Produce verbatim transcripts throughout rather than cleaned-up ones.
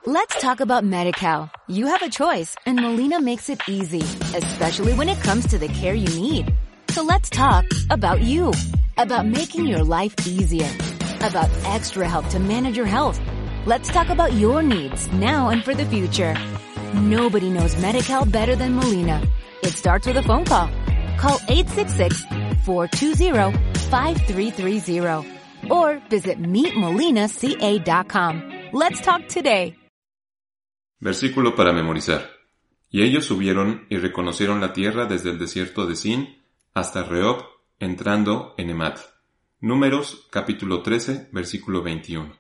Let's talk about Medi-Cal. You have a choice, and Molina makes it easy, especially when it comes to the care you need. So let's talk about you, about making your life easier, about extra help to manage your health. Let's talk about your needs now and for the future. Nobody knows Medi-Cal better than Molina. It starts with a phone call. Call eight six six, four two zero, five three three zero or visit meet molina c a dot com. Let's talk today. Versículo para memorizar. Y ellos subieron y reconocieron la tierra desde el desierto de Sin hasta Rehob, entrando en Emat. Números, capítulo trece, versículo veintiuno.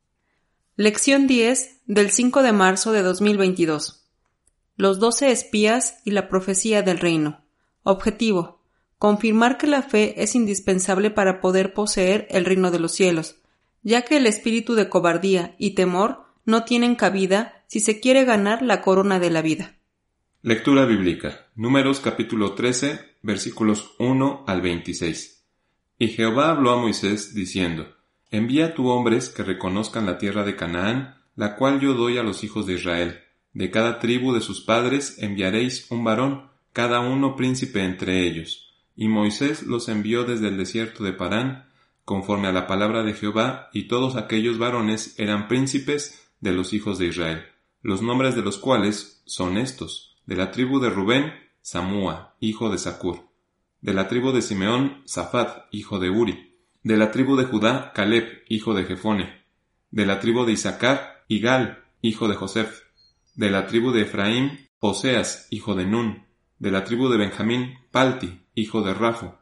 Lección diez del cinco de marzo de dos mil veintidós. Los doce espías y la profecía del reino. Objetivo: confirmar que la fe es indispensable para poder poseer el reino de los cielos, ya que el espíritu de cobardía y temor no tienen cabida si se quiere ganar la corona de la vida. Lectura bíblica. Números capítulo trece, versículos uno al veintiséis. Y Jehová habló a Moisés diciendo: Envía tú hombres que reconozcan la tierra de Canaán, la cual yo doy a los hijos de Israel. De cada tribu de sus padres enviaréis un varón, cada uno príncipe entre ellos. Y Moisés los envió desde el desierto de Parán, conforme a la palabra de Jehová, y todos aquellos varones eran príncipes de los hijos de Israel, los nombres de los cuales son estos: de la tribu de Rubén, Samúa, hijo de Zacur; de la tribu de Simeón, Safat, hijo de Uri; de la tribu de Judá, Caleb, hijo de Jefone; de la tribu de Isaacar, Igal, hijo de Joseph; de la tribu de Efraín, Oseas, hijo de Nun; de la tribu de Benjamín, Palti, hijo de Rafo;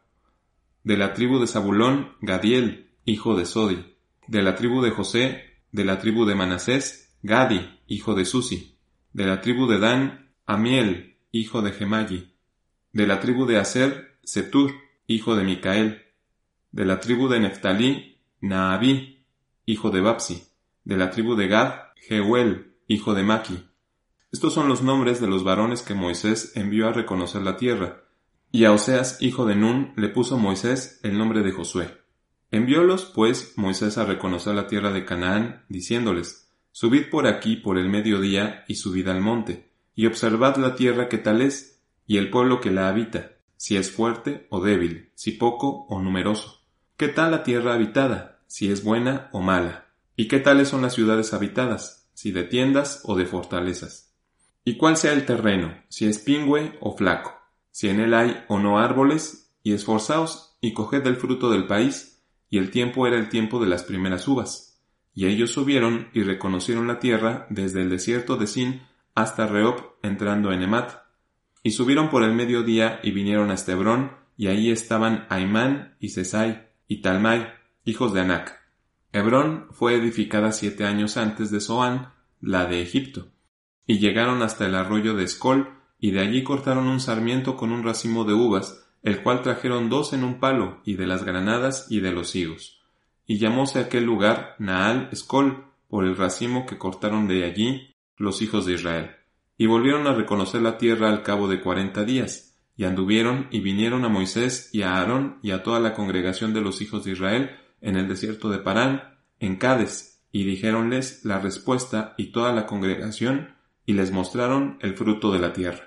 de la tribu de Zabulón, Gadiel, hijo de Sodi; de la tribu de José, de la tribu de Manasés, Gadi, hijo de Susi; de la tribu de Dan, Amiel, hijo de Gemali; de la tribu de Aser, Setur, hijo de Micael; de la tribu de Neftalí, Naabí, hijo de Babsi; de la tribu de Gad, Jeuel, hijo de Maki. Estos son los nombres de los varones que Moisés envió a reconocer la tierra, y a Oseas, hijo de Nun, le puso Moisés el nombre de Josué. Enviólos, pues, Moisés a reconocer la tierra de Canaán, diciéndoles: Subid por aquí por el mediodía y subid al monte, y observad la tierra que tal es, y el pueblo que la habita, si es fuerte o débil, si poco o numeroso. ¿Qué tal la tierra habitada? Si es buena o mala. ¿Y qué tales son las ciudades habitadas? Si de tiendas o de fortalezas. ¿Y cuál sea el terreno? Si es pingüe o flaco. Si en él hay o no árboles, y esforzaos y coged del fruto del país. Y el tiempo era el tiempo de las primeras uvas. Y ellos subieron y reconocieron la tierra desde el desierto de Sin hasta Rehob, entrando en Emat. Y subieron por el mediodía y vinieron hasta Hebrón, y allí estaban Aimán y Sesai y Talmai, hijos de Anac. Hebrón fue edificada siete años antes de Zoán, la de Egipto. Y llegaron hasta el arroyo de Escol, y de allí cortaron un sarmiento con un racimo de uvas, el cual trajeron dos en un palo, y de las granadas y de los higos. Y llamóse aquel lugar Naal Escol, por el racimo que cortaron de allí los hijos de Israel. Y volvieron a reconocer la tierra al cabo de cuarenta días, y anduvieron y vinieron a Moisés y a Aarón y a toda la congregación de los hijos de Israel en el desierto de Parán, en Cades, y dijéronles la respuesta y toda la congregación, y les mostraron el fruto de la tierra.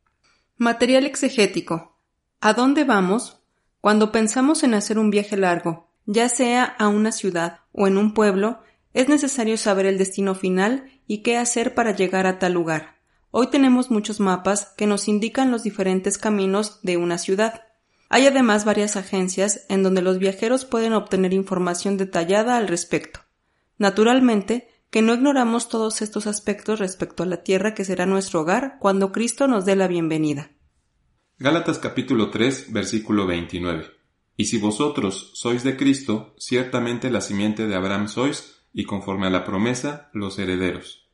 Material exegético. ¿A dónde vamos? Cuando pensamos en hacer un viaje largo, ya sea a una ciudad o en un pueblo, es necesario saber el destino final y qué hacer para llegar a tal lugar. Hoy tenemos muchos mapas que nos indican los diferentes caminos de una ciudad. Hay además varias agencias en donde los viajeros pueden obtener información detallada al respecto. Naturalmente, que no ignoramos todos estos aspectos respecto a la tierra que será nuestro hogar cuando Cristo nos dé la bienvenida. Gálatas capítulo tres, versículo veintinueve. Y si vosotros sois de Cristo, ciertamente la simiente de Abraham sois, y conforme a la promesa, los herederos.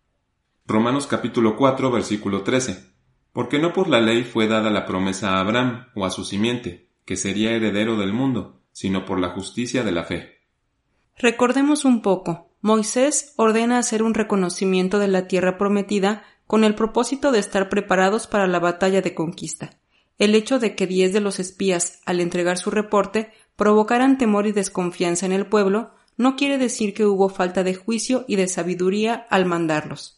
Romanos capítulo cuatro, versículo trece. Porque no por la ley fue dada la promesa a Abraham o a su simiente, que sería heredero del mundo, sino por la justicia de la fe. Recordemos un poco. Moisés ordena hacer un reconocimiento de la tierra prometida con el propósito de estar preparados para la batalla de conquista. El hecho de que diez de los espías, al entregar su reporte, provocaran temor y desconfianza en el pueblo, no quiere decir que hubo falta de juicio y de sabiduría al mandarlos.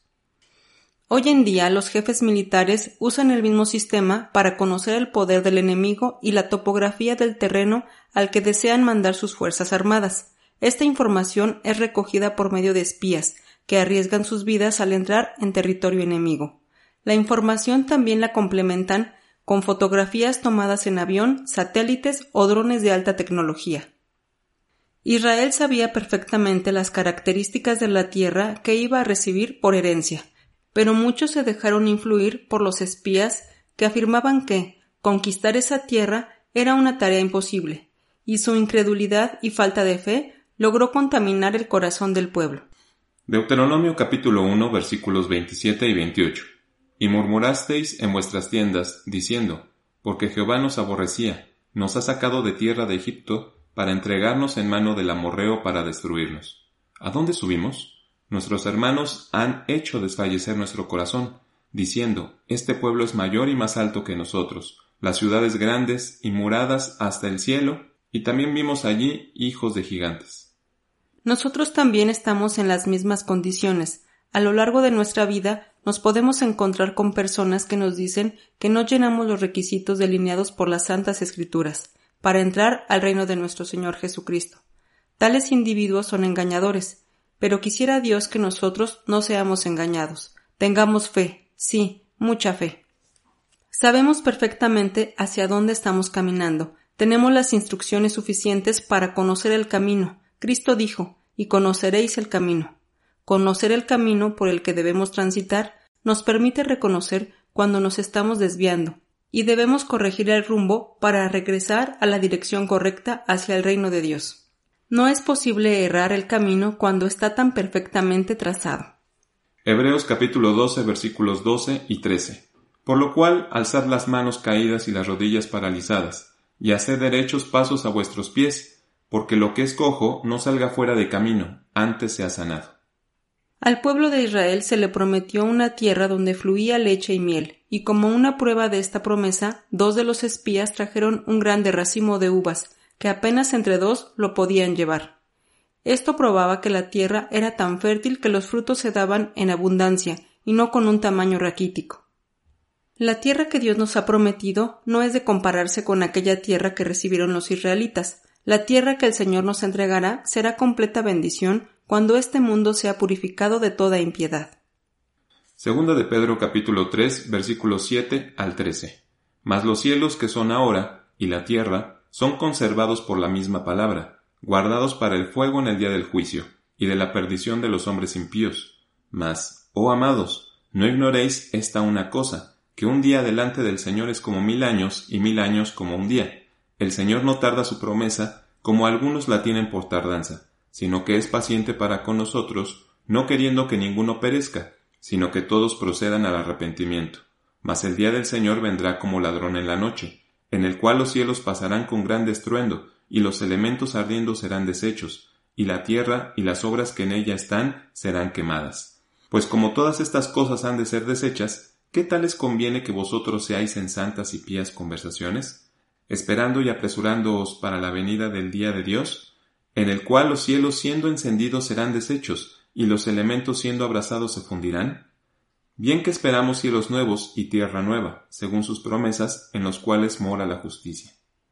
Hoy en día los jefes militares usan el mismo sistema para conocer el poder del enemigo y la topografía del terreno al que desean mandar sus fuerzas armadas. Esta información es recogida por medio de espías, que arriesgan sus vidas al entrar en territorio enemigo. La información también la complementan con fotografías tomadas en avión, satélites o drones de alta tecnología. Israel sabía perfectamente las características de la tierra que iba a recibir por herencia, pero muchos se dejaron influir por los espías que afirmaban que conquistar esa tierra era una tarea imposible, y su incredulidad y falta de fe logró contaminar el corazón del pueblo. Deuteronomio capítulo uno versículos veintisiete y veintiocho. Y murmurasteis en vuestras tiendas, diciendo, porque Jehová nos aborrecía, nos ha sacado de tierra de Egipto, para entregarnos en mano del amorreo para destruirnos. ¿A dónde subimos? Nuestros hermanos han hecho desfallecer nuestro corazón, diciendo, este pueblo es mayor y más alto que nosotros, las ciudades grandes y muradas hasta el cielo, y también vimos allí hijos de gigantes. Nosotros también estamos en las mismas condiciones. A lo largo de nuestra vida nos podemos encontrar con personas que nos dicen que no llenamos los requisitos delineados por las Santas Escrituras para entrar al reino de nuestro Señor Jesucristo. Tales individuos son engañadores, pero quisiera Dios que nosotros no seamos engañados. Tengamos fe, sí, mucha fe. Sabemos perfectamente hacia dónde estamos caminando. Tenemos las instrucciones suficientes para conocer el camino. Cristo dijo, y conoceréis el camino. Conocer el camino por el que debemos transitar nos permite reconocer cuando nos estamos desviando, y debemos corregir el rumbo para regresar a la dirección correcta hacia el reino de Dios. No es posible errar el camino cuando está tan perfectamente trazado. Hebreos capítulo doce versículos doce y trece. Por lo cual, alzad las manos caídas y las rodillas paralizadas, y haced derechos pasos a vuestros pies, porque lo que es cojo no salga fuera de camino, antes sea sanado. Al pueblo de Israel se le prometió una tierra donde fluía leche y miel, y como una prueba de esta promesa, dos de los espías trajeron un grande racimo de uvas, que apenas entre dos lo podían llevar. Esto probaba que la tierra era tan fértil que los frutos se daban en abundancia, y no con un tamaño raquítico. La tierra que Dios nos ha prometido no es de compararse con aquella tierra que recibieron los israelitas. La tierra que el Señor nos entregará será completa bendición cuando este mundo sea purificado de toda impiedad. Segunda de Pedro capítulo tres versículos siete al trece. Mas los cielos que son ahora, y la tierra, son conservados por la misma palabra, guardados para el fuego en el día del juicio, y de la perdición de los hombres impíos. Mas, oh amados, no ignoréis esta una cosa, que un día delante del Señor es como mil años, y mil años como un día. El Señor no tarda su promesa, como algunos la tienen por tardanza, sino que es paciente para con nosotros, no queriendo que ninguno perezca, sino que todos procedan al arrepentimiento. Mas el día del Señor vendrá como ladrón en la noche, en el cual los cielos pasarán con gran estruendo, y los elementos ardiendo serán deshechos, y la tierra y las obras que en ella están serán quemadas. Pues como todas estas cosas han de ser deshechas, ¿qué tal les conviene que vosotros seáis en santas y pías conversaciones, esperando y apresurándoos para la venida del día de Dios, en el cual los cielos siendo encendidos serán deshechos, y los elementos siendo abrasados se fundirán? Bien que esperamos cielos nuevos y tierra nueva, según sus promesas, en los cuales mora la justicia.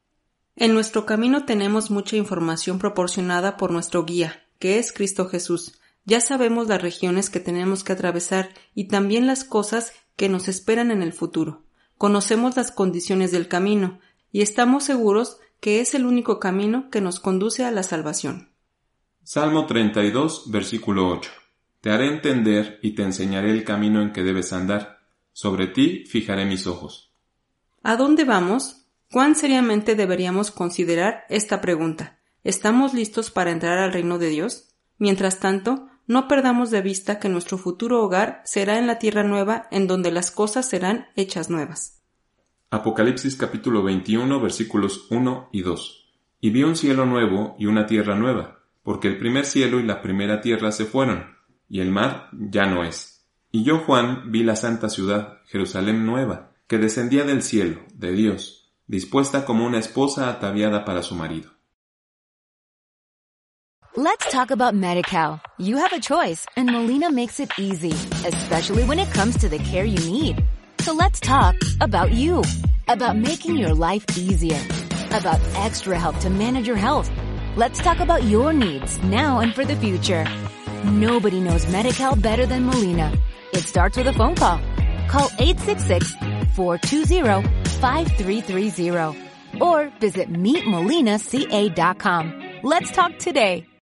En nuestro camino tenemos mucha información proporcionada por nuestro guía, que es Cristo Jesús. Ya sabemos las regiones que tenemos que atravesar y también las cosas que nos esperan en el futuro. Conocemos las condiciones del camino y estamos seguros que es el único camino que nos conduce a la salvación. Salmo treinta y dos, versículo ocho. Te haré entender y te enseñaré el camino en que debes andar. Sobre ti fijaré mis ojos. ¿A dónde vamos? ¿Cuán seriamente deberíamos considerar esta pregunta? ¿Estamos listos para entrar al reino de Dios? Mientras tanto, no perdamos de vista que nuestro futuro hogar será en la tierra nueva en donde las cosas serán hechas nuevas. Apocalipsis capítulo veintiuno, versículos uno y dos. Y vi un cielo nuevo y una tierra nueva, porque el primer cielo y la primera tierra se fueron, y el mar ya no es. Y yo, Juan, vi la santa ciudad, Jerusalén nueva, que descendía del cielo, de Dios, dispuesta como una esposa ataviada para su marido. Let's talk about Medi-Cal. You have a choice, and Molina makes it easy, especially when it comes to the care you need. So let's talk about you, about making your life easier, about extra help to manage your health. Let's talk about your needs now and for the future. Nobody knows Medi-Cal better than Molina. It starts with a phone call. Call eight six six, four two zero, five three three zero or visit meet molina c a dot com. Let's talk today.